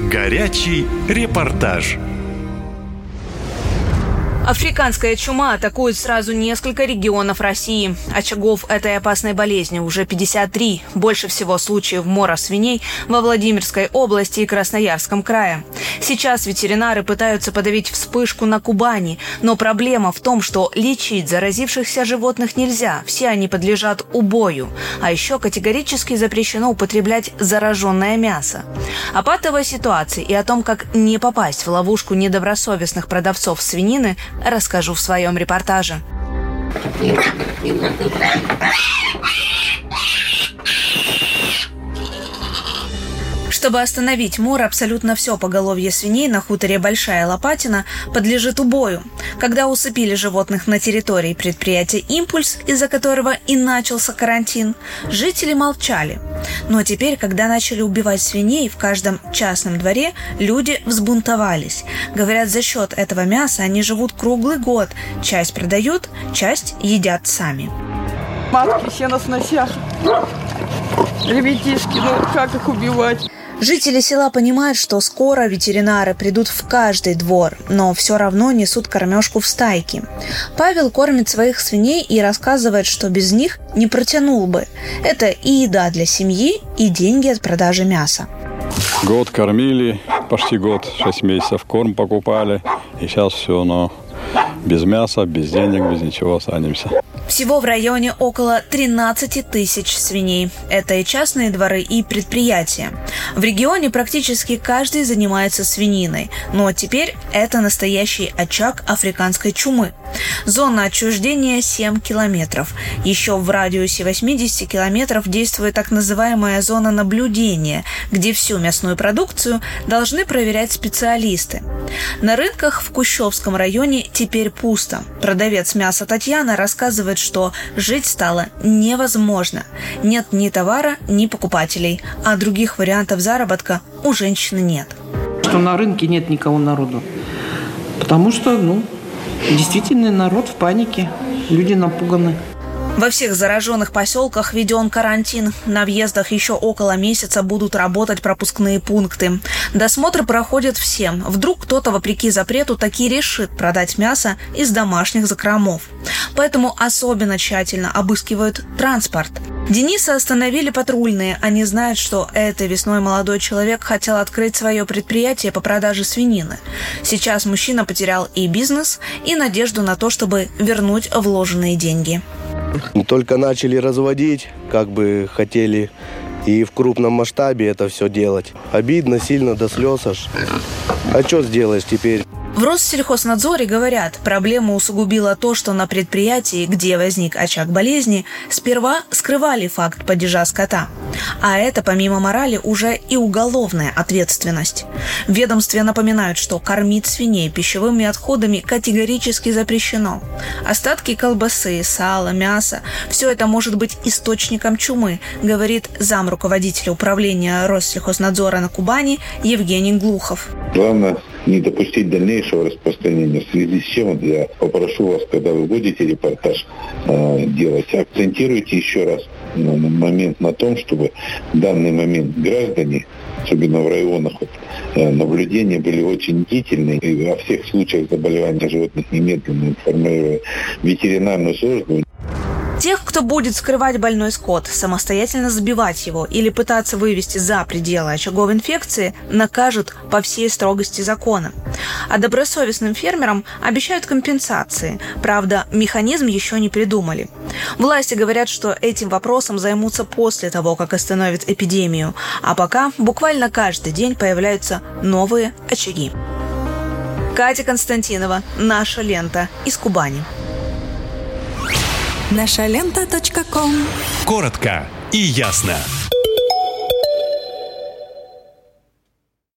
Горячий репортаж. Африканская чума атакует сразу несколько регионов России. Очагов этой опасной болезни уже 53. Больше всего случаев мора свиней во Владимирской области и Красноярском крае. Сейчас ветеринары пытаются подавить вспышку на Кубани, но проблема в том, что лечить заразившихся животных нельзя, все они подлежат убою. А еще категорически запрещено употреблять зараженное мясо. О патовой ситуации и о том, как не попасть в ловушку недобросовестных продавцов свинины, расскажу в своем репортаже. Чтобы остановить мор, абсолютно все поголовье свиней на хуторе Большая Лопатина подлежит убою. Когда усыпили животных на территории предприятия «Импульс», из-за которого и начался карантин, жители молчали. Но теперь, когда начали убивать свиней в каждом частном дворе, люди взбунтовались. Говорят, за счет этого мяса они живут круглый год. Часть продают, часть едят сами. Матки все на сносях. Ребятишки, как их убивать? Жители села понимают, что скоро ветеринары придут в каждый двор, но все равно несут кормежку в стайки. Павел кормит своих свиней и рассказывает, что без них не протянул бы. Это и еда для семьи, и деньги от продажи мяса. Год кормили, почти год, 6 месяцев корм покупали, и сейчас все, но без мяса, без денег, без ничего останемся. Всего в районе около 13 тысяч свиней. Это и частные дворы, и предприятия. В регионе практически каждый занимается свининой. Но теперь это настоящий очаг африканской чумы. Зона отчуждения 7 километров. Еще в радиусе 80 километров действует так называемая зона наблюдения, где всю мясную продукцию должны проверять специалисты. На рынках в Кущевском районе теперь пусто. Продавец мяса Татьяна рассказывает, что жить стало невозможно. Нет ни товара, ни покупателей, а других вариантов заработка у женщины нет. Что на рынке нет никого народу. Потому что, действительно, народ в панике. Люди напуганы. Во всех зараженных поселках введен карантин. На въездах еще около месяца будут работать пропускные пункты. Досмотр проходит всем. Вдруг кто-то, вопреки запрету, таки решит продать мясо из домашних закромов. Поэтому особенно тщательно обыскивают транспорт. Дениса остановили патрульные. Они знают, что этой весной молодой человек хотел открыть свое предприятие по продаже свинины. Сейчас мужчина потерял и бизнес, и надежду на то, чтобы вернуть вложенные деньги. Только начали разводить, хотели и в крупном масштабе это все делать. Обидно сильно до слез аж. А что сделаешь теперь? В Россельхознадзоре говорят, проблему усугубило то, что на предприятии, где возник очаг болезни, сперва скрывали факт падежа скота. А это, помимо морали, уже и уголовная ответственность. В ведомстве напоминают, что кормить свиней пищевыми отходами категорически запрещено. Остатки колбасы, сала, мяса – все это может быть источником чумы, говорит замруководителя управления Россельхознадзора на Кубани Евгений Глухов. Главное не допустить дальнейшего распространения, в связи с чем я попрошу вас, когда вы будете репортаж делать, акцентируйте еще раз момент на том, чтобы в данный момент граждане, особенно в районах наблюдения, были очень бдительны и во всех случаях заболевания животных немедленно информируя ветеринарную службу. Тех, кто будет скрывать больной скот, самостоятельно забивать его или пытаться вывести за пределы очагов инфекции, накажут по всей строгости закона. А добросовестным фермерам обещают компенсации. Правда, механизм еще не придумали. Власти говорят, что этим вопросом займутся после того, как остановят эпидемию. А пока буквально каждый день появляются новые очаги. Катя Константинова, «Наша лента», из Кубани. Нашалента.ком. Коротко и ясно.